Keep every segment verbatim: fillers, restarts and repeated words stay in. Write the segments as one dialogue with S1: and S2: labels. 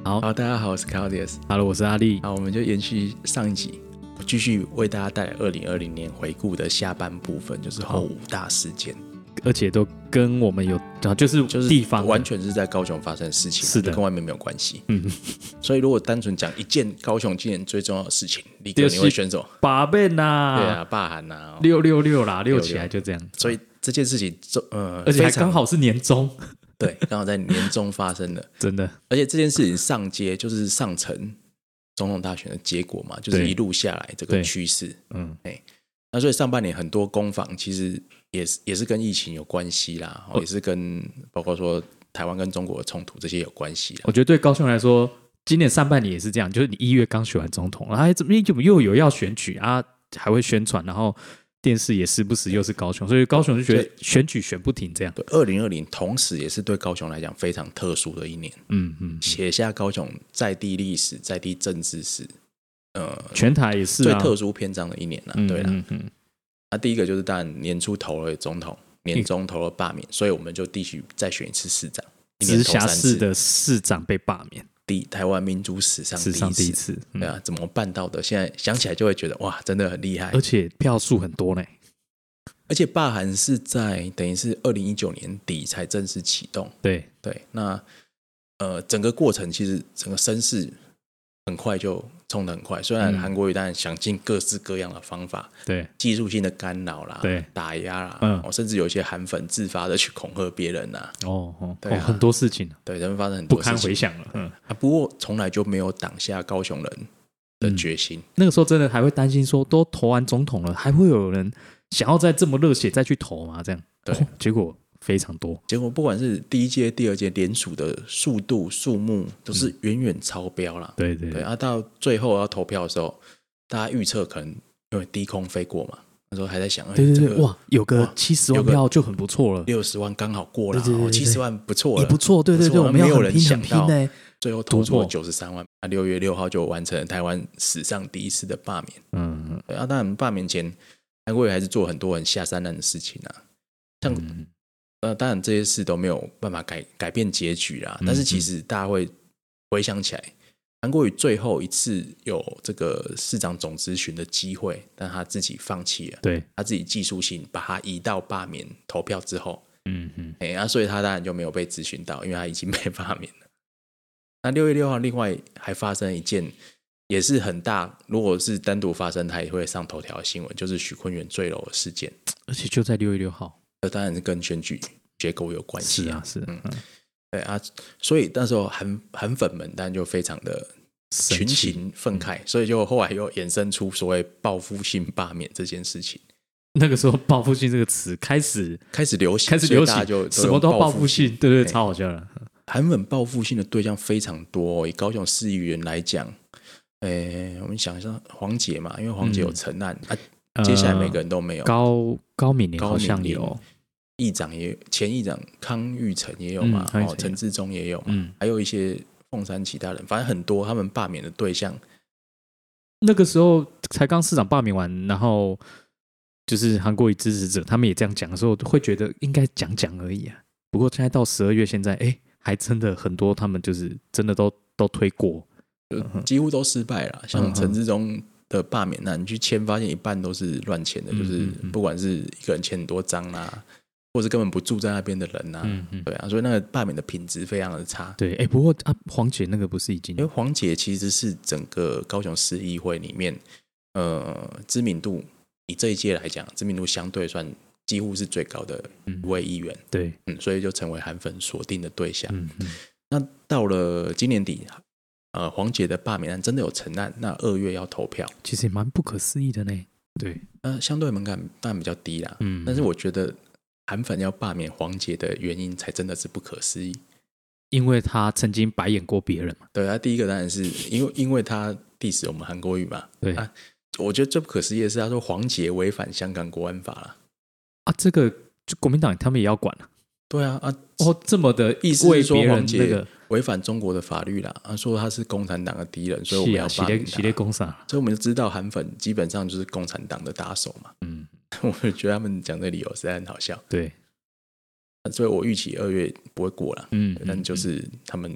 S1: 好，
S2: 好，大家好，我是 Claudius。
S1: Hello， 我是阿力。
S2: 好，我们就延续上一集，继续为大家带来二零二零年回顾的下半部分，就是后五大事件，
S1: 而且都跟我们有，就是
S2: 就是
S1: 地方
S2: 完全是在高雄发生的事情，
S1: 是的，
S2: 跟外面没有关系。
S1: 嗯，
S2: 所以如果单纯讲一件高雄今年最重要的事情，立刻你会选什么？
S1: 把面呐，
S2: 对啊，罢韩呐，
S1: 六六六啦，六起来就这样。
S2: 所以这件事情，呃，
S1: 而且还刚好是年终。
S2: 对，刚好在年中发生的，
S1: 真的。
S2: 而且这件事情上街就是上层总统大选的结果嘛，就是一路下来这个趋势。嗯，哎，那所以上半年很多攻防其实也是也是跟疫情有关系啦，哦、也是跟包括说台湾跟中国的冲突这些有关系。
S1: 我觉得对高雄来说，今年上半年也是这样，就是你一月刚选完总统，哎，怎么又有要选举啊，还会宣传，然后电视也时不时又是高雄，所以高雄就觉得选举选不停这样。
S2: 对，二零二零同时也是对高雄来讲非常特殊的一年。嗯嗯，写下高雄在地历史、在地政治史，呃，
S1: 全台也是、啊、
S2: 最特殊篇章的一年啦。嗯、对啦，嗯嗯。那第一个就是当然年初投了总统，年中投了罢免，所以我们就继续再选一次市长。
S1: 直辖市的市长被罢免。
S2: 台湾民主史上第一次，
S1: 第一次
S2: 对啊，怎么办到的？现在想起来就会觉得哇，真的很厉害，
S1: 而且票数很多呢。
S2: 而且罢韩是在等于是二零一九年底才正式启动，
S1: 对
S2: 对。那呃，整个过程其实整个声势很快就冲得很快，虽然韩国瑜当然想尽各式各样的方法，
S1: 对
S2: 技术性的干扰啦，对，打压啦，嗯、哦，甚至有一些韩粉自发的去恐吓别人呐，
S1: 哦哦，对、啊哦，很多事情，
S2: 对，人们发生很多事情
S1: 不堪回想了，嗯
S2: 啊，不过从来就没有挡下高雄人的决心、嗯。
S1: 那个时候真的还会担心说，都投完总统了，还会有人想要再这么热血再去投吗？这样，
S2: 对，
S1: 哦、结果非常多，
S2: 结果不管是第一届、第二届联署的速度、数目，都是远远超标啦、
S1: 嗯。对对
S2: 对啊，到最后要投票的时候，大家预测可能因为低空飞过嘛，那时候还在想，
S1: 对对对，
S2: 这个、
S1: 哇，有个七十万票就很不错了，
S2: 六十万刚好过了，七十、哦、万不错了，
S1: 也不错，对对对，我们要很拼很拼呢。
S2: 最后投出了九十三万，那六月六号就完成了台湾史上第一次的罢免。嗯，对啊，当然罢免前，韩国瑜还是做很多很下三滥的事情啊，像、嗯、呃，当然这些事都没有办法改改变结局啦。但是其实大家会回想起来，韩国瑜最后一次有这个市长总咨询的机会，但他自己放弃了，
S1: 对，
S2: 他自己技术性把他移到罢免投票之后，嗯嗯，哎、欸，啊，所以他当然就没有被咨询到，因为他已经被罢免了。那六月六号，另外还发生一件也是很大，如果是单独发生，它也会上头条的新闻，就是许昆元坠楼的事件，
S1: 而且就在六月六号。
S2: 这当然是跟选举结构有关系
S1: 啊，是啊，是，嗯，
S2: 对啊，所以那时候韩韩粉们当然就非常的群情愤慨，嗯、所以就后来又衍生出所谓报复性罢免这件事情。
S1: 那个时候，报复性这个词开始
S2: 开始流行，
S1: 开始流行，
S2: 大家就
S1: 什么都报复性，对对，超好笑的。
S2: 韩粉报复性的对象非常多、哦，以高雄市议员来讲，诶，我们想一下黄捷嘛，因为黄捷有承案、嗯、啊，接下来每个人都没有。
S1: 呃、高高敏玲好像有，
S2: 议长也前议长康裕成也有嘛，嗯、哦，陈志忠也有嘛、嗯，还有一些凤山其他人，反正很多他们罢免的对象。
S1: 那个时候才刚市长罢免完，然后就是韩国瑜支持者，他们也这样讲的时候，会觉得应该讲讲而已啊。不过现在到十二月，现在哎。还真的很多，他们就是真的都都推过，
S2: 几乎都失败了。像陈志忠的罢免案，你去签，发现一半都是乱签的，嗯、就是不管是一个人签很多张啦、啊，或是根本不住在那边的人啊，嗯嗯对啊，所以那个罢免的品质非常的差。
S1: 对，哎，不过啊，黄捷那个不是已经，
S2: 因为黄捷其实是整个高雄市议会里面，呃，知名度以这一届来讲，知名度相对算。几乎是最高的一位议员、嗯，
S1: 对，
S2: 嗯，所以就成为韩粉锁定的对象。嗯嗯、那到了今年底，呃，黄捷的罢免案真的有成案，那二月要投票，
S1: 其实也蛮不可思议的呢。对，
S2: 呃，相对门槛当然比较低啦，嗯，但是我觉得韩粉要罢免黄捷的原因才真的是不可思议，
S1: 因为他曾经白眼过别人嘛。
S2: 对，他第一个当然是因为因为他 diss 我们韩国瑜嘛，
S1: 对
S2: 啊，我觉得最不可思议的是他说黄捷违反香港国安法了。
S1: 啊，这个就国民党他们也要管了、啊。
S2: 对啊，啊，
S1: 哦，这么的意思是说黄捷
S2: 违反中国的法律啦，啊，说他是共产党的敌人，所以我们要罢免他。
S1: 系列攻杀，
S2: 所以我们就知道韩粉基本上就是共产党的打手嘛。嗯，我觉得他们讲的理由实在很好笑。
S1: 对，
S2: 所以我预期二月不会过了。嗯，但就是他们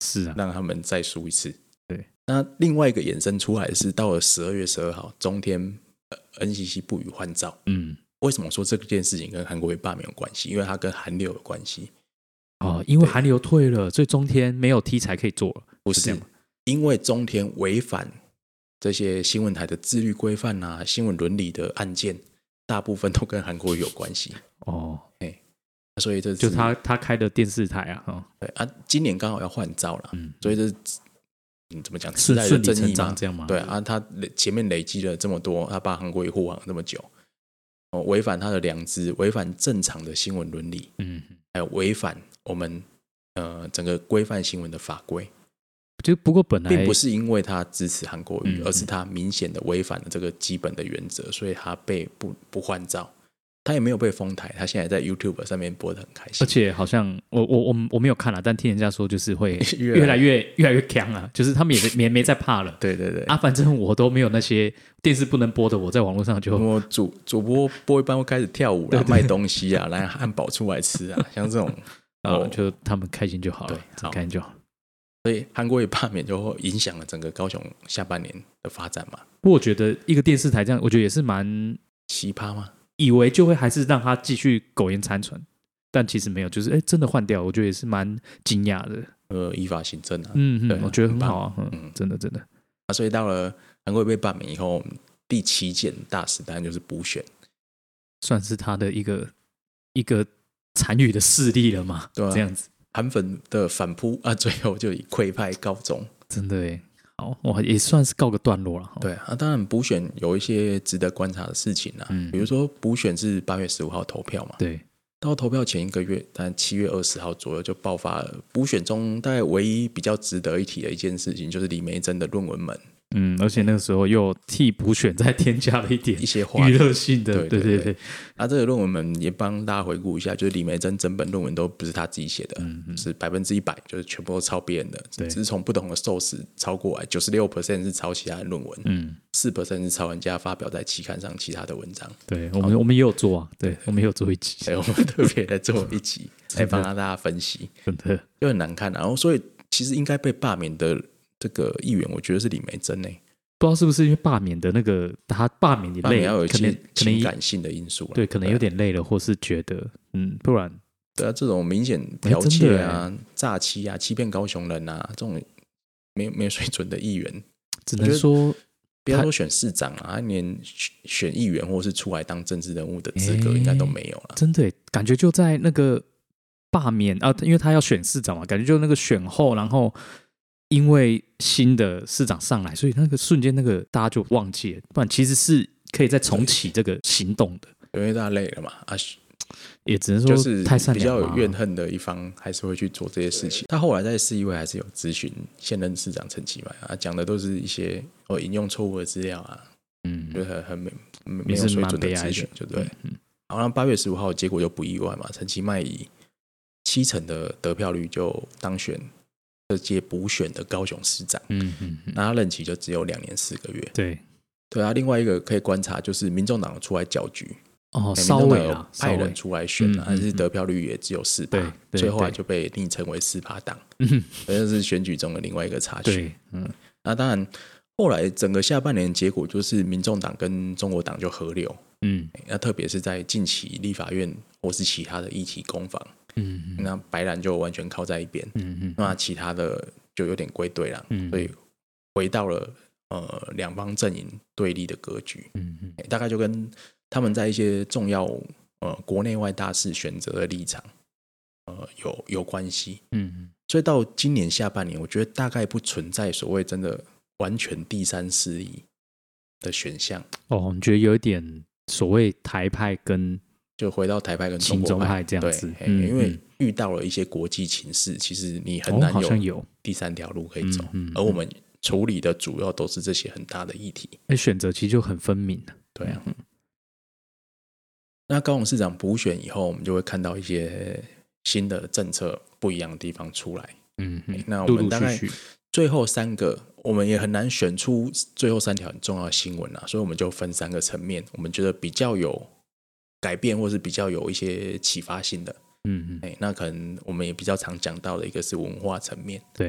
S1: 是啊，
S2: 让他们再输一次。
S1: 对，
S2: 那另外一个衍生出来的是到了十二月十二号，中天、呃、N C C 不予换照。嗯，为什么说这件事情跟韩国瑜罢免有关系？因为它跟韩流有关系。
S1: 哦，因为韩流退了，所以中天没有题材可以做了。
S2: 不是，是因为中天违反这些新闻台的自律规范啊、新闻伦理的案件，大部分都跟韩国瑜有关系。哦，哎，所以这是
S1: 就他他开的电视台啊，哦，
S2: 对啊，今年刚好要换照了，嗯，所以这嗯怎么讲，
S1: 时
S2: 代的争议
S1: 嘛，这样吗？
S2: 对啊，他前面累积了这么多，他把韩国瑜护航这么久，哦，违反他的良知，违反正常的新闻伦理，嗯，还有违反我们呃整个规范新闻的法规。
S1: 就不过本来
S2: 并不是因为他支持韩国瑜，嗯，而是他明显的违反了这个基本的原则，所以他被不不换照。他也没有被封台，他现在在 YouTube 上面播得很开心，
S1: 而且好像我我我我没有看了，但听人家说就是会越来越越来越强啊，就是他们也没没在怕了。
S2: 对对对
S1: 啊，反正我都没有那些电视不能播的，我在网络上就
S2: 我主主播播一般会开始跳舞啦，卖东西啊，来汉堡出来吃啊，像这种
S1: 啊，哦，就他们开心就好了，对，开心就好。
S2: 所以韩国瑜罢免就会影响了整个高雄下半年的发展嘛。
S1: 不过我觉得一个电视台这样，我觉得也是蛮
S2: 奇葩吗？
S1: 以为就会还是让他继续苟延残喘，但其实没有，就是哎，真的换掉，我觉得也是蛮惊讶的。
S2: 呃，依法行政啊，
S1: 嗯嗯，我觉得很好啊，嗯，真的真的。
S2: 啊，所以到了韩国瑜被罢免以后，第七件大事当然就是补选，
S1: 算是他的一个一个残余的势力了嘛，对，啊，这样子。
S2: 韩粉的反扑啊，最后就以溃败告终，
S1: 真的耶。好，我也算是告个段落了。
S2: 对啊，当然补选有一些值得观察的事情啊，嗯，比如说补选是八月十五号投票嘛，
S1: 对，
S2: 到投票前一个月，但七月二十号左右就爆发了补选中大概唯一比较值得一提的一件事情，就是李眉蓁的论文门。
S1: 嗯，而且那个时候又替补选再添加了一点
S2: 一些
S1: 娱乐性的，
S2: 对对
S1: 对
S2: 对, 对。那、啊、这个论文们也帮大家回顾一下，就是李眉蓁整本论文都不是他自己写的，嗯嗯，是百分之一百，就是全部都抄别人的，只是从不同的 source 抄过来，九十六 percent 是抄其他的论文，嗯，四 percent 是抄人家发表在期刊上其他的文章。
S1: 对，我们我们也有做啊，对，我们也有做一集，
S2: 对，我们特别来做一集来帮大家分析，
S1: 真的
S2: 就很难看、啊。然后，所以其实应该被罢免的这个议员，我觉得是李眉蓁呢。
S1: 不知道是不是因为罢免的那个，他罢免也累，
S2: 要有一些情感性的因素，
S1: 对，可能有点累了，或是觉得，嗯，不然，
S2: 对啊，这种明显剽窃啊、诈欺啊、欺骗高雄人啊，这种没没水准的议员，
S1: 只能说
S2: 不要说选市长啊，连选议员或是出来当政治人物的资格应该都没有了。
S1: 真的，感觉就在那个罢免啊，因为他要选市长嘛，感觉就那个选后，然后。因为新的市长上来，所以那个瞬间，那个大家就忘记了，不然其实是可以再重启这个行动的。
S2: 因为大家累了嘛，啊，
S1: 也只能说太善良了。
S2: 比较有怨恨的一方，还是会去做这些事情。他后来在市议会还是有咨询现任市长陈其迈啊，讲的都是一些哦引用错误的资料啊，嗯，就很很没没有水准的咨询，就对。嗯，好，那八月十五号结果就不意外嘛，陈其迈以七成的得票率就当选。这届补选的高雄市长，嗯嗯，那他任期就只有两年四个月，
S1: 对
S2: 对啊。另外一个可以观察就是民众党出来搅局，
S1: 哦，稍微啊，
S2: 派人出来选啊，但是得票率也只有四趴，所以后来就被昵称为四趴党，嗯，这是选举中的另外一个插曲。嗯，那当然后来整个下半年结果就是民众党跟中国党就合流，嗯，那特别是在近期立法院或是其他的议题攻防。嗯，那白蓝就完全靠在一边，嗯嗯，那其他的就有点归队了，嗯，所以回到了呃两方阵营对立的格局，嗯嗯，大概就跟他们在一些重要呃国内外大事选择的立场，呃有有关系，嗯嗯，所以到今年下半年，我觉得大概不存在所谓真的完全第三势力的选项。
S1: 哦，你觉得有一点所谓台派跟？
S2: 就回到台派跟中国
S1: 派这样子，
S2: 嗯，因为遇到了一些国际情势，其实你很难有第三条路可以走，哦嗯嗯、而我们处理的主要都是这些很大的议题，
S1: 那选择其实就很分明了。
S2: 对啊，嗯、那高雄市长补选以后，我们就会看到一些新的政策不一样的地方出来。嗯，嗯那我们大概最后三个，我们也很难选出最后三条很重要的新闻啊，所以我们就分三个层面，我们觉得比较有。改变或是比较有一些启发性的，嗯嗯、欸，那可能我们也比较常讲到的一个是文化层面，
S1: 对，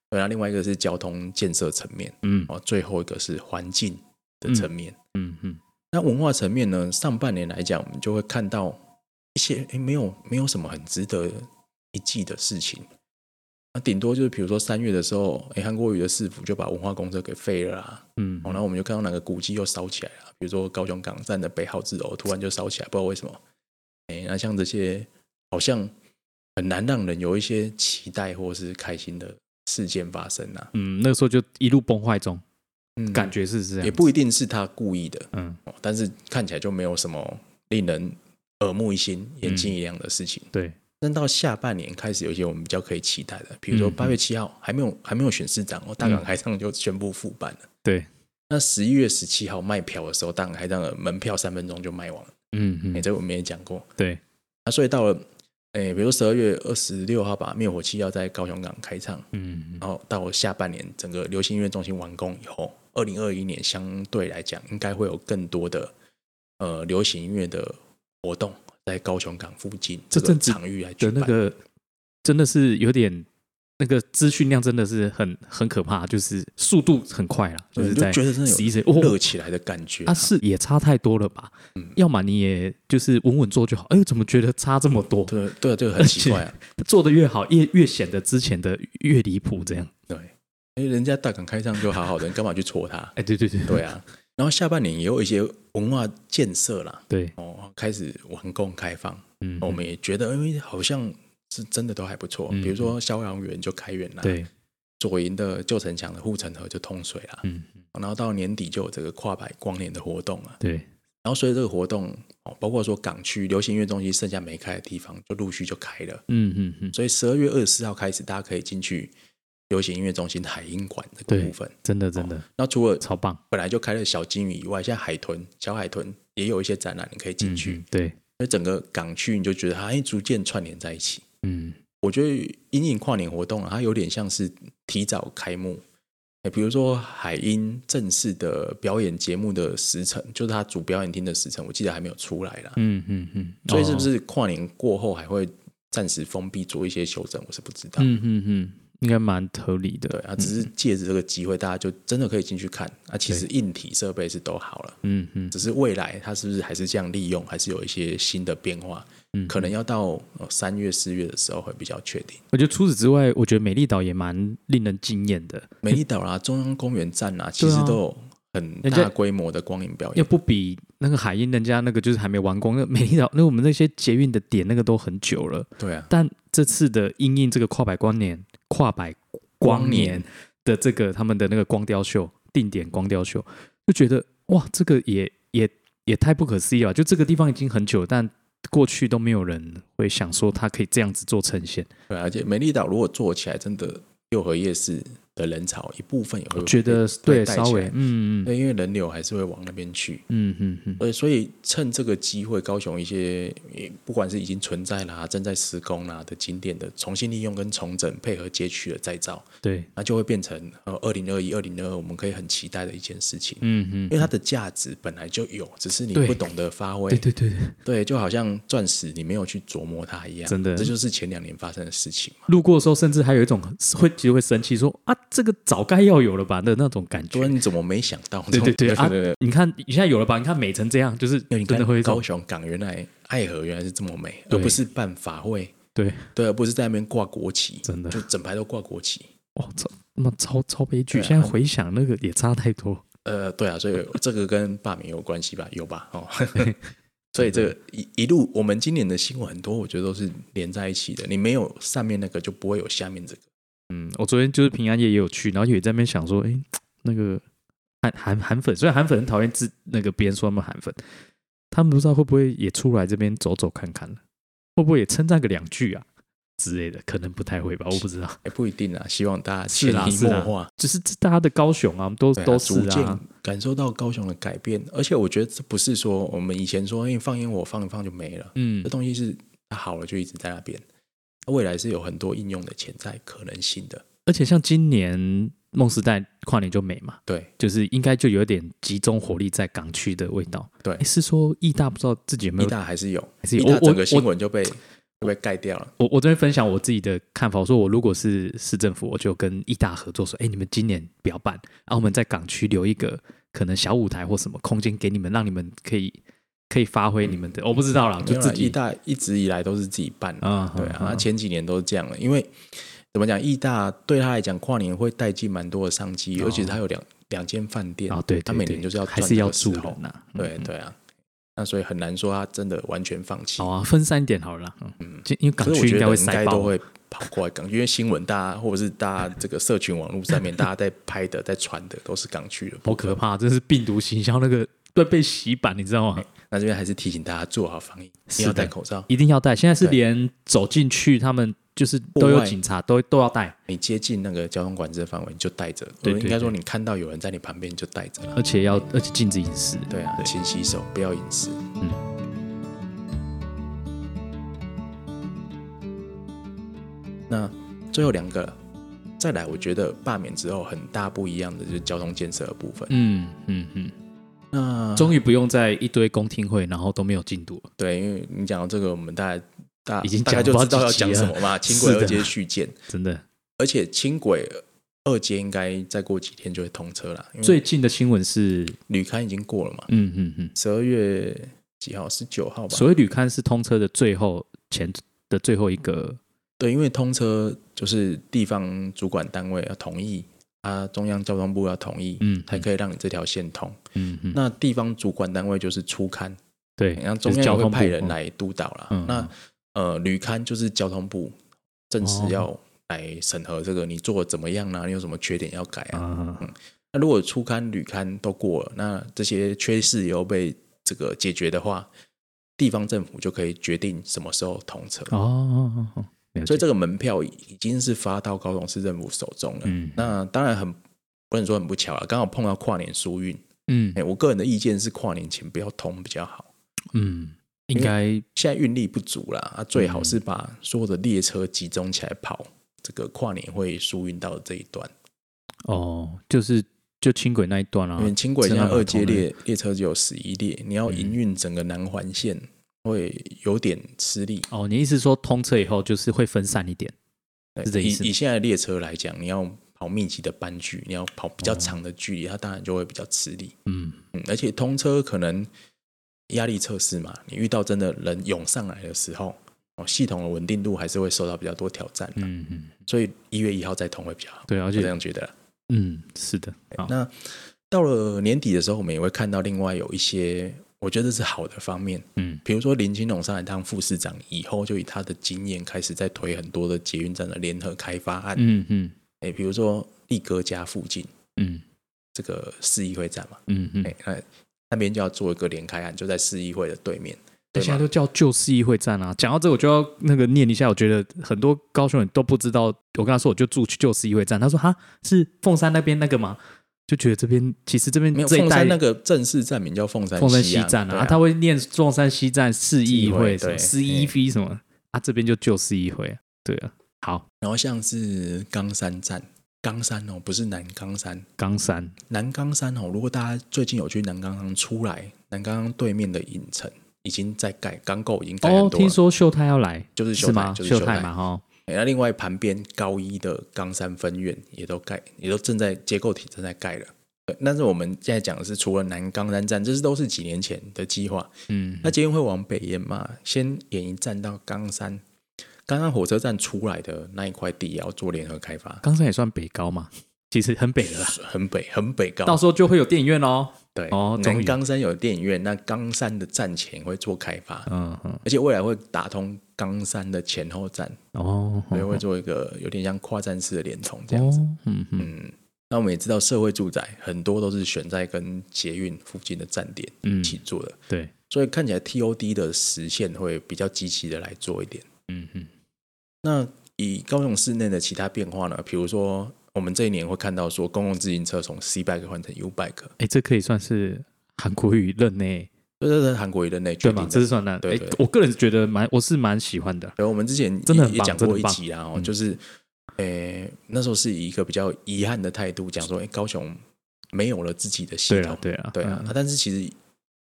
S2: 对啊，另外一个是交通建设层面，嗯，哦，最后一个是环境的层面，嗯嗯。那文化层面呢，上半年来讲，我们就会看到一些诶没有没有什么很值得一记的事情。那顶多就是比如说三月的时候，诶韩国瑜的市府就把文化公车给废了啦，嗯，哦，然后我们就看到哪个古迹又烧起来了，比如说高雄港站的北号字楼突然就烧起来，不知道为什么。诶那像这些好像很难让人有一些期待或是开心的事件发生啊。
S1: 嗯，那个时候就一路崩坏中，嗯，感觉是这样，
S2: 也不一定是他故意的，嗯，但是看起来就没有什么令人耳目一新、眼睛一亮的事情。嗯、
S1: 对。
S2: 但到下半年开始有一些我们比较可以期待的，比如说八月七号还没有还没有选市长哦，大港开唱就宣布复办了。
S1: 对，
S2: 那十一月十七号卖票的时候，大港开唱的门票三分钟就卖完了。嗯嗯，欸、这我们也讲过。
S1: 对，
S2: 那所以到了，欸、比如说十二月二十六号吧，灭火器要在高雄港开唱。嗯，然后到了下半年，整个流行音乐中心完工以后，二零二一年相对来讲，应该会有更多的呃流行音乐的活动。在高雄港附近这个场域来举办，
S1: 那个真的是有点那个资讯量真的是很很可怕，就是速度很快啦，就是在
S2: 觉得真的有热起来的感觉。
S1: 啊，是也差太多了吧？嗯，要么你也就是稳稳做就好。哎呦，怎么觉得差这么多？
S2: 对对，这个很奇怪啊。
S1: 做的越好，越越显得之前的越离谱，这样。
S2: 对，因为人家大港开唱就好好的，你干嘛去戳他？
S1: 哎，对对对，
S2: 对啊。然后下半年也有一些文化建设啦，
S1: 对
S2: 哦，开始完工开放，嗯，我们也觉得，因为好像是真的都还不错，嗯、比如说消防园就开园啦，
S1: 对，
S2: 左营的旧城墙的护城河就通水啦，嗯，然后到年底就有这个跨百光年的活动啊，
S1: 对，
S2: 然后随着这个活动，哦，包括说港区流行音乐中心剩下没开的地方，就陆续就开了，嗯嗯嗯，所以十二月二十四号开始，大家可以进去。流行音乐中心海音馆这个部分，
S1: 真的真的，
S2: 那、哦、除了
S1: 超棒，
S2: 本来就开了小金鱼以外，现在海豚、小海豚也有一些展览，你可以进去。
S1: 嗯、对，
S2: 所以整个港区你就觉得它逐渐串联在一起。嗯，我觉得因应跨年活动啊，它有点像是提早开幕。比如说海音正式的表演节目的时程，就是它主表演厅的时程，我记得还没有出来啦。嗯嗯嗯，所以是不是跨年过后还会暂时封闭做一些修正，我是不知道。
S1: 嗯嗯嗯。应该蛮合理的，
S2: 对啊，只是借着这个机会，大家就真的可以进去看啊。其实硬体设备是都好了，嗯嗯，只是未来它是不是还是这样利用，还是有一些新的变化，嗯，可能要到三月四月的时候会比较确定。
S1: 我觉得除此之外，我觉得美丽岛也蛮令人惊艳的。
S2: 美丽岛啦、中央公园站啊，其实都有很大规模的光影表演，
S1: 又不比那个海鹰，人家那个就是还没完工。那美丽岛，那我们那些捷运的点那个都很久了，
S2: 对啊。
S1: 但这次的因应这个跨百光年。跨百光年的这个他们的那个光雕秀，定点光雕秀，就觉得哇，这个也也也太不可思议了！就这个地方已经很久，但过去都没有人会想说它可以这样子做呈现。
S2: 对，而且美丽岛如果做起来，真的六合夜市的人潮一部分也会
S1: 觉得对稍微
S2: 嗯嗯，对，因为人流还是会往那边去，嗯嗯嗯，所以所以趁这个机会，高雄一些不管是已经存在啦、正在施工啦的景点的重新利用跟重整，配合街区的再造，
S1: 对，
S2: 那就会变成呃二零二一、二零二二我们可以很期待的一件事情，嗯嗯，因为它的价值本来就有，只是你不懂得发挥，
S1: 对对对对，
S2: 对，就好像钻石你没有去琢磨它一样，
S1: 真的，
S2: 这就是前两年发生的事情嘛。
S1: 路过的时候，甚至还有一种会其实会生气说啊，这个早该要有了吧的那种感觉。
S2: 对，你怎么没想到？
S1: 对对对啊！你看你现在有了吧？你看美成这样，就是
S2: 你看高雄港原来爱河原来是这么美，而不是办法会。
S1: 对
S2: 对，而不是在那边挂国旗，
S1: 真的
S2: 就整排都挂国旗。
S1: 哇，超那么超超悲剧！现在回想那个也差太多。
S2: 呃，对啊，所以这个跟罢免有关系吧？有吧？哦。所以这个一一路，我们今年的新闻很多，我觉得都是连在一起的。你没有上面那个，就不会有下面这个。
S1: 嗯，我昨天就是平安夜也有去，然后也在那边想说，哎，那个韩韩韩粉，虽然韩粉很讨厌自那个别人说他们韩粉，他们不知道会不会也出来这边走走看看，会不会也称赞个两句啊之类的？可能不太会吧，我不知道，
S2: 也不一定啊。希望大家潜移默化，
S1: 只是大家的高雄啊，都、啊、都是啊，
S2: 逐渐感受到高雄的改变。而且我觉得这不是说我们以前说，因为放烟火放一放就没了，嗯，这东西是它好了就一直在那边。未来是有很多应用的潜在可能性的，
S1: 而且像今年梦时代跨年就美嘛，
S2: 对，
S1: 就是应该就有点集中火力在港区的味道。
S2: 对，
S1: 是说义大不知道自己有没有？
S2: 义大还是有，
S1: 还是有。
S2: 义大整个新闻就被被盖掉了。
S1: 我我这边分享我自己的看法，我说我如果是市政府，我就跟义大合作说，哎，你们今年不要办，然后我们在港区留一个可能小舞台或什么空间给你们，让你们可以可以发挥你们的，嗯、我不知道啦，就自己。
S2: 义大一直以来都是自己办的，
S1: 啊、
S2: 对啊，
S1: 嗯
S2: 他前几年都是这样的，因为怎么讲，义大对他来讲跨年会带进蛮多的商机，哦、尤其是他有两两间饭店，
S1: 哦、对, 对, 对，
S2: 他每年就是要
S1: 还是要住人
S2: 呐、啊，对对啊。那所以很难说他真的完全放弃。
S1: 好啊，分散一点好了啦。嗯，因为港区应该会塞爆，
S2: 都会跑过来港区，因为新闻大家或者是大家这个社群网络上面大家在拍的、在传的都是港区的，
S1: 好可怕！这是病毒行销那个会被洗版，你知道吗？
S2: 那这边还是提醒大家做好防疫，一定要戴口罩，
S1: 一定要戴。现在是连走进去，他们就是都有警察，都都要戴。
S2: 你接近那个交通管制的范围，你就戴着。对，应该说你看到有人在你旁边，你就戴着。
S1: 而且要，而且禁止饮食。
S2: 对啊，勤洗手，不要饮食。嗯。那最后两个，再来，我觉得罢免之后很大不一样的就是交通建设的部分。
S1: 嗯嗯嗯。
S2: 那
S1: 终于不用在一堆公听会，然后都没有进度了。
S2: 对，因为你讲到这个，我们大概大
S1: 已经
S2: 大概就知道要讲什么嘛。轻轨二阶续建，
S1: 真的，
S2: 而且轻轨二阶应该再过几天就会通车了。
S1: 最近的新闻是
S2: 旅勘已经过了嘛？
S1: 嗯嗯嗯，
S2: 十二月几号？十九号吧。
S1: 所谓旅勘是通车的最后前的最后一个。
S2: 对，因为通车就是地方主管单位要同意。啊，中央交通部要同意，嗯，才可以让你这条线通。嗯嗯，那地方主管单位就是初勘，
S1: 对，
S2: 然后中央会派人来督导啦。嗯、那呃，旅勘就是交通部正式要来审核这个你做的怎么样呢、啊？你有什么缺点要改啊？嗯嗯、那如果初勘、旅勘都过了，那这些缺失也有被这个解决的话，地方政府就可以决定什么时候通车。哦。所以这个门票已经是发到高雄市政府手中了。嗯，那当然很不能说很不巧了，刚好碰到跨年疏运。嗯、欸，我个人的意见是跨年前不要通比较好。
S1: 嗯，应该
S2: 现在运力不足啦，啊，最好是把所有的列车集中起来跑这个跨年会疏运到的这一段。
S1: 哦，就是就轻轨那一段啊，
S2: 因为轻轨现在二阶列列车只有十一列，你要营运整个南环线。会有点吃力
S1: 哦。你意思说通车以后就是会分散一点，是这意思？
S2: 以以现在的列车来讲，你要跑密集的班距，你要跑比较长的距离，哦、它当然就会比较吃力。嗯嗯，而且通车可能压力测试嘛，你遇到真的人涌上来的时候，哦，系统的稳定度还是会受到比较多挑战。嗯嗯，所以一月一号再通会比较好。
S1: 对，而且
S2: 我这样觉得啦。
S1: 嗯，是的。
S2: 那到了年底的时候，我们也会看到另外有一些。我觉得这是好的方面，嗯，比如说林清龙上来当副市长以后，就以他的经验开始在推很多的捷运站的联合开发案，嗯嗯，哎，比如说立哥家附近，嗯，这个市议会站嘛，嗯嗯，哎，那边就要做一个联开案，就在市议会的对面，
S1: 对，现在都叫旧市议会站啊。讲到这，我就要那个念一下，我觉得很多高雄人都不知道，我跟他说我就住去旧市议会站，他说哈是凤山那边那个吗？就觉得这边其实这边
S2: 没有凤山那个正式站名叫凤山
S1: 凤山西站 啊, 啊, 啊，他会念凤山西站市议会什么市议会什么啊，这边就旧市议会，对啊。好，
S2: 然后像是冈山站，冈山哦，不是南冈山，
S1: 冈山
S2: 南冈山哦。如果大家最近有去南冈山出来，南冈山对面的影城已经在盖，钢构已经盖很多了。哦，
S1: 听说秀泰要来，
S2: 就是秀泰，就是
S1: 秀泰嘛哈。
S2: 那另外旁边高一的冈山分院也都盖，也都正在结构体正在盖了。但是我们现在讲的是除了南冈山站，这是都是几年前的计划。嗯，那捷运会往北延嘛，先延一站到冈山，冈山火车站出来的那一块地也要做联合开发。
S1: 冈山也算北高嘛，其实很北了，
S2: 很北，很北高。
S1: 到时候就会有电影院哦。
S2: 对，哦，南冈山有电影院，那冈山的站前会做开发，嗯嗯，而且未来会打通冈山的前后站，哦，所以会做一个有点像跨站式的连通这样子，哦、嗯嗯。那我们也知道，社会住宅很多都是选在跟捷运附近的站点一起做的，嗯、
S1: 对，
S2: 所以看起来 T O D 的实现会比较积极的来做一点，嗯嗯。那以高雄市内的其他变化呢？比如说。我们这一年会看到说，公共自行车从 C-Bike 换成 U-Bike，
S1: 哎，这可以算是韩国瑜任内，
S2: 对对对，韩国瑜任内决定的，
S1: 对吗？这是算那，对对，我个人觉得蛮，我是蛮喜欢的。
S2: 对，我们之前
S1: 真的
S2: 也讲过一集啊，嗯、就是，诶，那时候是以一个比较遗憾的态度讲说，哎，高雄没有了自己的系统，
S1: 对啊，对啊，
S2: 对啊。嗯、但是其实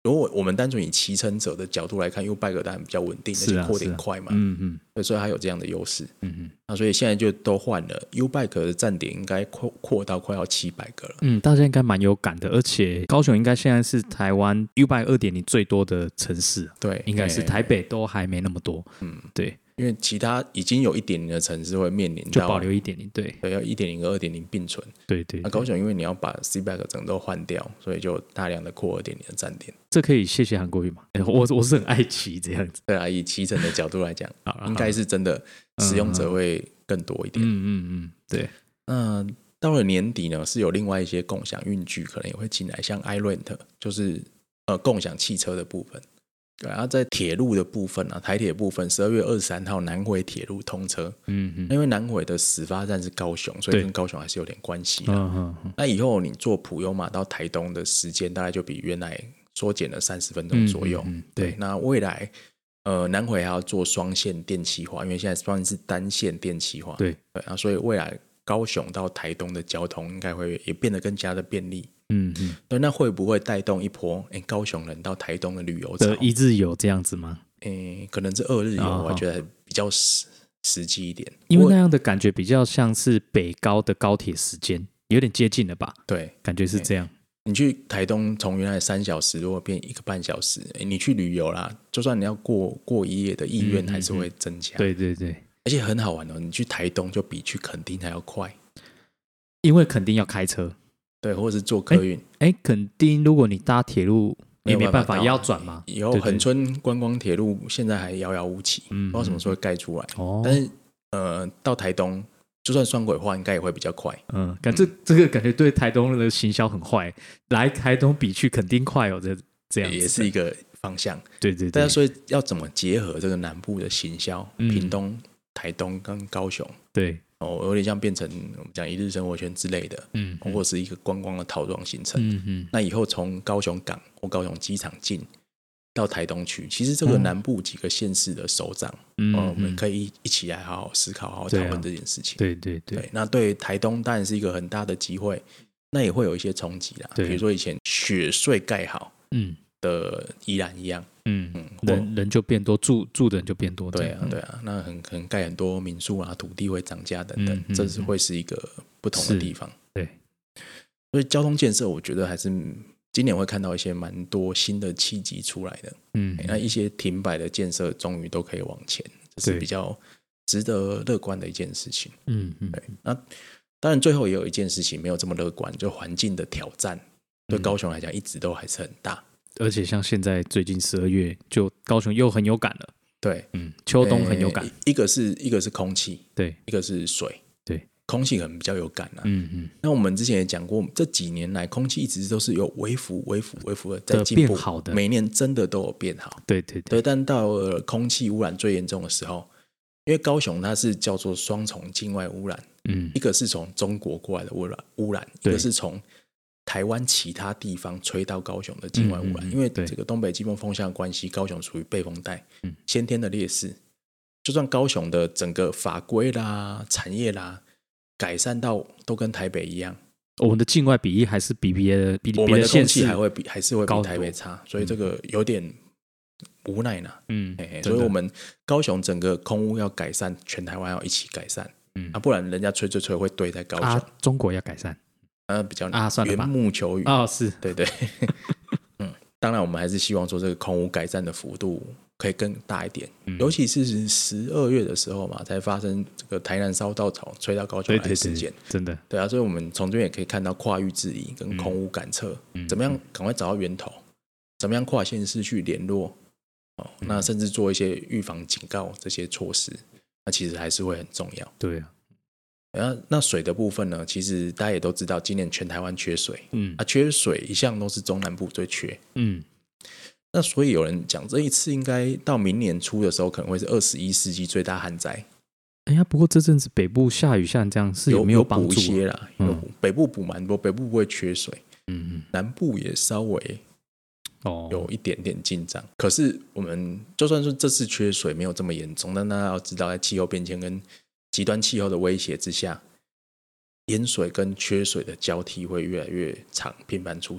S2: 如果我们单纯以骑乘者的角度来看 ，U-Bike 当然比较稳定，而且扩点快嘛，嗯嗯，对，所以它有这样的优势，嗯嗯，那所以现在就都换了 U-Bike 的站点，应该扩扩到快要七百个了，
S1: 嗯，大家应该蛮有感的，而且高雄应该现在是台湾 U-Bike 二点零 最多的城市，
S2: 对，
S1: 应该是台北都还没那么多，嗯，对。
S2: 因为其他已经有 一点零 的城市会面临到
S1: 就保留 一点零， 对
S2: 对，要 一点零 跟 二点零 并存，
S1: 对 对, 对。
S2: 那高雄因为你要把 C-Bike 整个都换掉，所以就大量的扩 二点零 的站点。
S1: 这可以谢谢韩国瑜嘛？我我是很爱骑这样子。
S2: 对啊，以骑乘的角度来讲，应该是真的使用者会更多一点。
S1: 嗯嗯嗯，对。
S2: 那到了年底呢，是有另外一些共享运具可能也会进来，像 iRent 就是呃共享汽车的部分。对啊，在铁路的部分啊，台铁部分，十二月二十三号南回铁路通车。嗯嗯，因为南回的始发站是高雄，所以跟高雄还是有点关系啊。嗯嗯，那以后你坐普悠玛到台东的时间，大概就比原来缩减了三十分钟左右。嗯嗯，对，对，那未来呃南回还要做双线电气化，因为现在算是单线电气化。对对啊，所以未来高雄到台东的交通应该会也变得更加的便利。嗯嗯，对，那会不会带动一波哎高雄人到台东的旅游潮？
S1: 的一日游这样子吗？
S2: 哎，可能是二日游，哦、我觉得比较实实际一点，
S1: 因为那样的感觉比较像是北高的高铁时间，有点接近了吧？
S2: 对，
S1: 感觉是这样。
S2: 你去台东从原来三小时如果变一个半小时，你去旅游啦，就算你要过过一夜的意愿还是会增加。嗯嗯嗯
S1: 对对对，
S2: 而且很好玩哦，你去台东就比去垦丁还要快，
S1: 因为垦丁要开车。
S2: 对，或者是坐客运。
S1: 哎，垦丁如果你搭铁路也没办法，也要转吗？
S2: 以后恒春观光铁路现在还遥遥无期，嗯、不知道什么时候会盖出来。哦，但是呃，到台东就算双轨化，应该也会比较快。
S1: 嗯，感这、嗯、这个感觉对台东的行销很坏，来台东比去垦丁快哦，这这样子
S2: 也是一个方向。
S1: 对对对，
S2: 大家所以要怎么结合这个南部的行销，嗯、屏东、台东跟高雄？
S1: 对。
S2: 哦，有点像变成我们讲一日生活圈之类的，嗯，或者是一个观光的套装行程。嗯嗯，那以后从高雄港或高雄机场进到台东去，其实这个南部几个县市的首长，嗯、哦，我们可以一起来好好思考、好好讨论这件事情。
S1: 对对 对,
S2: 对，那对台东当然是一个很大的机会，那也会有一些冲击啦。比如说以前雪隧盖好，嗯。的宜兰一样，
S1: 嗯嗯，人人就变多，住住的人就变多，
S2: 对啊对啊，那很可能盖很多民宿啊，土地会涨价等等，嗯嗯、这是会是一个不同的地方。
S1: 对，
S2: 所以交通建设，我觉得还是今年会看到一些蛮多新的契机出来的。嗯，那一些停摆的建设终于都可以往前，这是比较值得乐观的一件事情。嗯嗯，对。那当然，最后也有一件事情没有这么乐观，就环境的挑战，对高雄来讲一直都还是很大。
S1: 而且像现在最近十二月，就高雄又很有感了。
S2: 对，
S1: 嗯，秋冬很有感。
S2: 一个是一个是空气，
S1: 对，
S2: 一个是水，
S1: 对，
S2: 空气可能比较有感啊。嗯嗯。那我们之前也讲过，这几年来空气一直都是有微幅、微幅、微幅的在进步，
S1: 变好的，
S2: 每年真的都有变好。
S1: 对对
S2: 对, 对。但到了空气污染最严重的时候，因为高雄它是叫做双重境外污染，嗯，一个是从中国过来的污染，污染，一个是从台湾其他地方吹到高雄的境外污染，嗯嗯嗯，因为这个东北季风风向的关系，高雄属于背风带，嗯，先天的劣势。就算高雄的整个法规啦、产业啦改善到都跟台北一样，
S1: 我们的境外比例还是比别的比
S2: 我们的空气还会比还是会比台北差，所以这个有点无奈呢。嗯，欸，所以我们高雄整个空污要改善，全台湾要一起改善，嗯啊，不然人家吹吹吹会堆在高雄。啊，
S1: 中国要改善。
S2: 呃，比较
S1: 啊，算了吧，
S2: 缘木求鱼
S1: 哦，是
S2: 对对，嗯，当然我们还是希望说这个空污改善的幅度可以更大一点，嗯，尤其是十二月的时候嘛，才发生这个台南烧稻草吹到高雄来的事件，
S1: 真的，
S2: 对啊，所以我们从这边也可以看到跨域治理跟空污感测，嗯，怎么样赶快找到源头，怎么样跨县市去联络，哦，嗯，那甚至做一些预防警告这些措施，那其实还是会很重要，
S1: 对啊。
S2: 那那水的部分呢？其实大家也都知道，今年全台湾缺水，嗯，啊，缺水一向都是中南部最缺，嗯，那所以有人讲，这一次应该到明年初的时候，可能会是二十一世纪最大旱灾。
S1: 哎呀，不过这阵子北部下雨像这样是有没有帮助？
S2: 有补一些啦，有，嗯，北部补蛮多，北部不会缺水，嗯嗯，南部也稍微哦有一点点进账。可是我们就算说这次缺水没有这么严重，但大家要知道，在气候变迁跟极端气候的威胁之下，淹水跟缺水的交替会越来越长，频繁出现。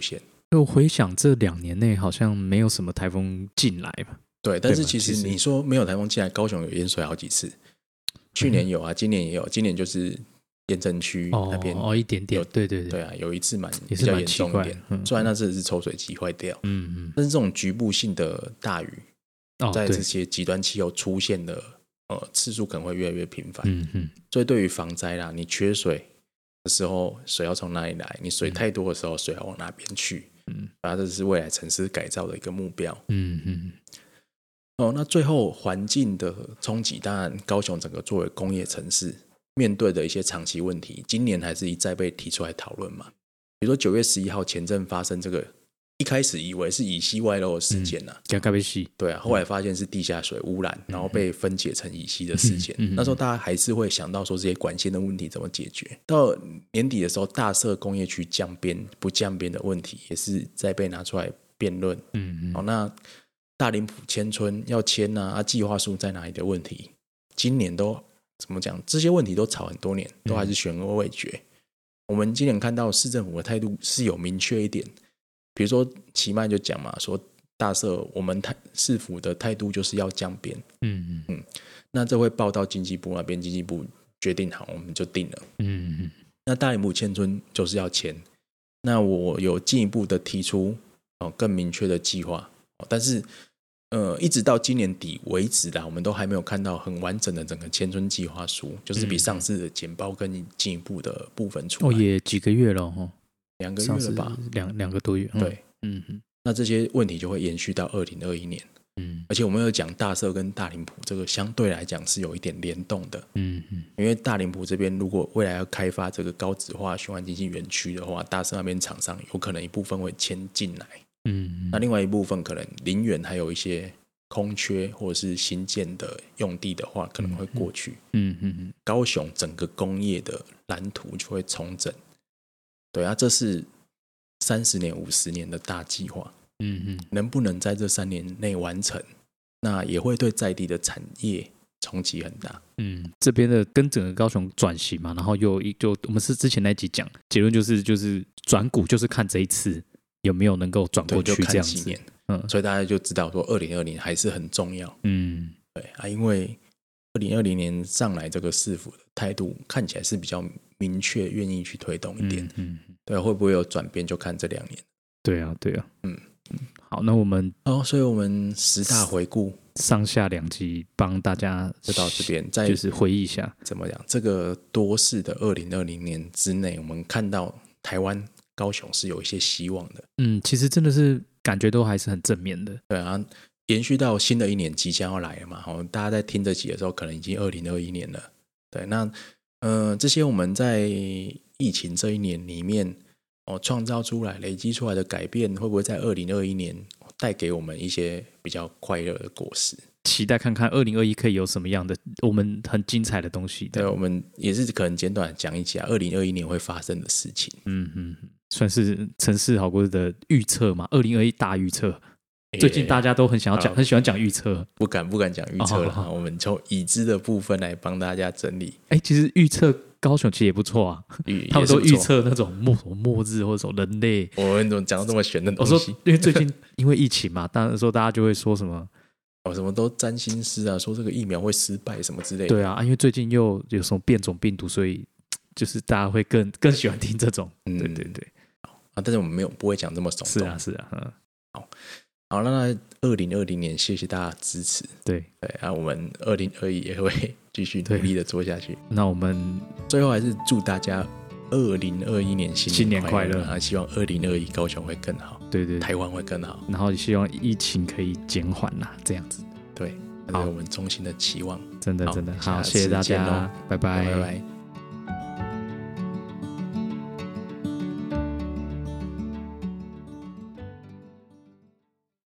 S1: 我回想这两年内好像没有什么台风进来吧？
S2: 对，但是其实你说没有台风进来，高雄有淹水好几次，去年有啊，今年也有，今年就是盐埕区那边
S1: 哦, 哦一点点，对对对，
S2: 对啊，有一次蛮
S1: 比
S2: 较严重一点，
S1: 嗯、
S2: 虽然那次是抽水机坏掉，
S1: 嗯嗯，
S2: 但是这种局部性的大雨，
S1: 哦、
S2: 在这些极端气候出现的呃次数可能会越来越频繁，
S1: 嗯嗯，
S2: 所以对于防灾啦，你缺水的时候，水要从哪里来？你水太多的时候，水要往哪边去？嗯，啊，这是未来城市改造的一个目标。
S1: 嗯嗯。
S2: 哦，那最后环境的冲击，当然高雄整个作为工业城市面对的一些长期问题，今年还是一再被提出来讨论嘛。比如说九月十一号前阵发生这个，一开始以为是乙烯外漏的事件呐、啊，
S1: 嗯、
S2: 对啊，后来发现是地下水污染，然后被分解成乙烯的事件。
S1: 嗯嗯嗯、
S2: 那时候大家还是会想到说这些管线的问题怎么解决。到年底的时候，大社工业区降编不降编的问题也是在被拿出来辩论。嗯嗯，好，那大林埔迁村要迁啊，啊计划书在哪里的问题，今年都怎么讲？这些问题都吵很多年，都还是悬而未决。嗯、我们今年看到市政府的态度是有明确一点，比如说奇迈就讲嘛，说大社我们市府的态度就是要降编。嗯嗯嗯，那这会报到经济部那边，经济部决定好，我们就定了。嗯嗯，那大林埔迁村就是要迁，那我有进一步的提出哦更明确的计划。但是，呃，一直到今年底为止啦，我们都还没有看到很完整的整个迁村计划书，就是比上次的简报更进一步的部分出来。
S1: 哦，也几个月了哈，
S2: 两个月了吧，
S1: 两两个多月。
S2: 对，嗯哼，那这些问题就会延续到二零二一年。嗯，而且我们有讲大社跟大林埔这个相对来讲是有一点联动的。嗯嗯，因为大林埔这边如果未来要开发这个高质化循环经济园区的话，大社那边厂商有可能一部分会迁进来。嗯，那另外一部分可能林园还有一些空缺或者是新建的用地的话，可能会过去。嗯嗯嗯，高雄整个工业的蓝图就会重整。对啊，这是三十年、五十年的大计划。嗯嗯，能不能在这三年内完成，那也会对在地的产业冲击很大。
S1: 嗯，这边的跟整个高雄转型嘛，然后又就我们是之前那集讲结论就是就是转股就是看这一次。有没有能够转过去这样子？
S2: 嗯，所以大家就知道说，二零二零还是很重要。嗯，对啊，因为二零二零年上来这个市府的态度看起来是比较明确，愿意去推动一点。嗯，嗯对、啊，会不会有转变，就看这两年。
S1: 对啊，对啊。嗯嗯，好，那我们
S2: 哦，所以我们十大回顾
S1: 上下两集帮大家
S2: 就到这边，再
S1: 就是回忆一下
S2: 怎么讲这个多事的二零二零年之内，我们看到台湾。高雄是有一些希望的，
S1: 嗯，其实真的是感觉都还是很正面的，
S2: 对啊，延续到新的一年即将要来了嘛，好，大家在听这集的时候，可能已经二零二一年了，对，那呃，这些我们在疫情这一年里面哦创造出来、累积出来的改变，会不会在二零二一年带给我们一些比较快乐的果实？
S1: 期待看看二零二一可以有什么样的我们很精彩的东西。
S2: 对，我们也是可能简短讲一下二零二一年会发生的事情。嗯
S1: 嗯，算是城市好过的预测嘛。二零二一大预测，最近大家都很想要讲，很喜欢讲预测，
S2: 不敢不敢讲预测了、哦。我们从已知的部分来帮大家整理。
S1: 哎，其实预测高雄其实也不错啊，他们都预测那种末末日或者说人类。
S2: 我们怎么讲到这么玄的东西？
S1: 我说，因为最近因为疫情嘛，当然说大家就会说什么。
S2: 哦，什么都占星师啊，说这个疫苗会失败什么之类的。
S1: 对啊，因为最近又有什么变种病毒，所以就是大家会更更喜欢听这种。嗯，对对对。
S2: 啊，但是我们没有不会讲这么耸动。
S1: 是啊，是啊。嗯，
S2: 好，好，那二零二零年谢谢大家支持。
S1: 对
S2: 对啊，我们二零二一也会继续努力的做下去。
S1: 那我们
S2: 最后还是祝大家二零二一年
S1: 新年快乐
S2: 啊！希望二零二一高雄会更好。
S1: 对 对, 对，
S2: 台湾会更好，
S1: 然后希望疫情可以减缓啦，这样子。
S2: 对，这是我们衷心的期望。
S1: 真的真的好，谢谢大家，拜拜
S2: 拜拜。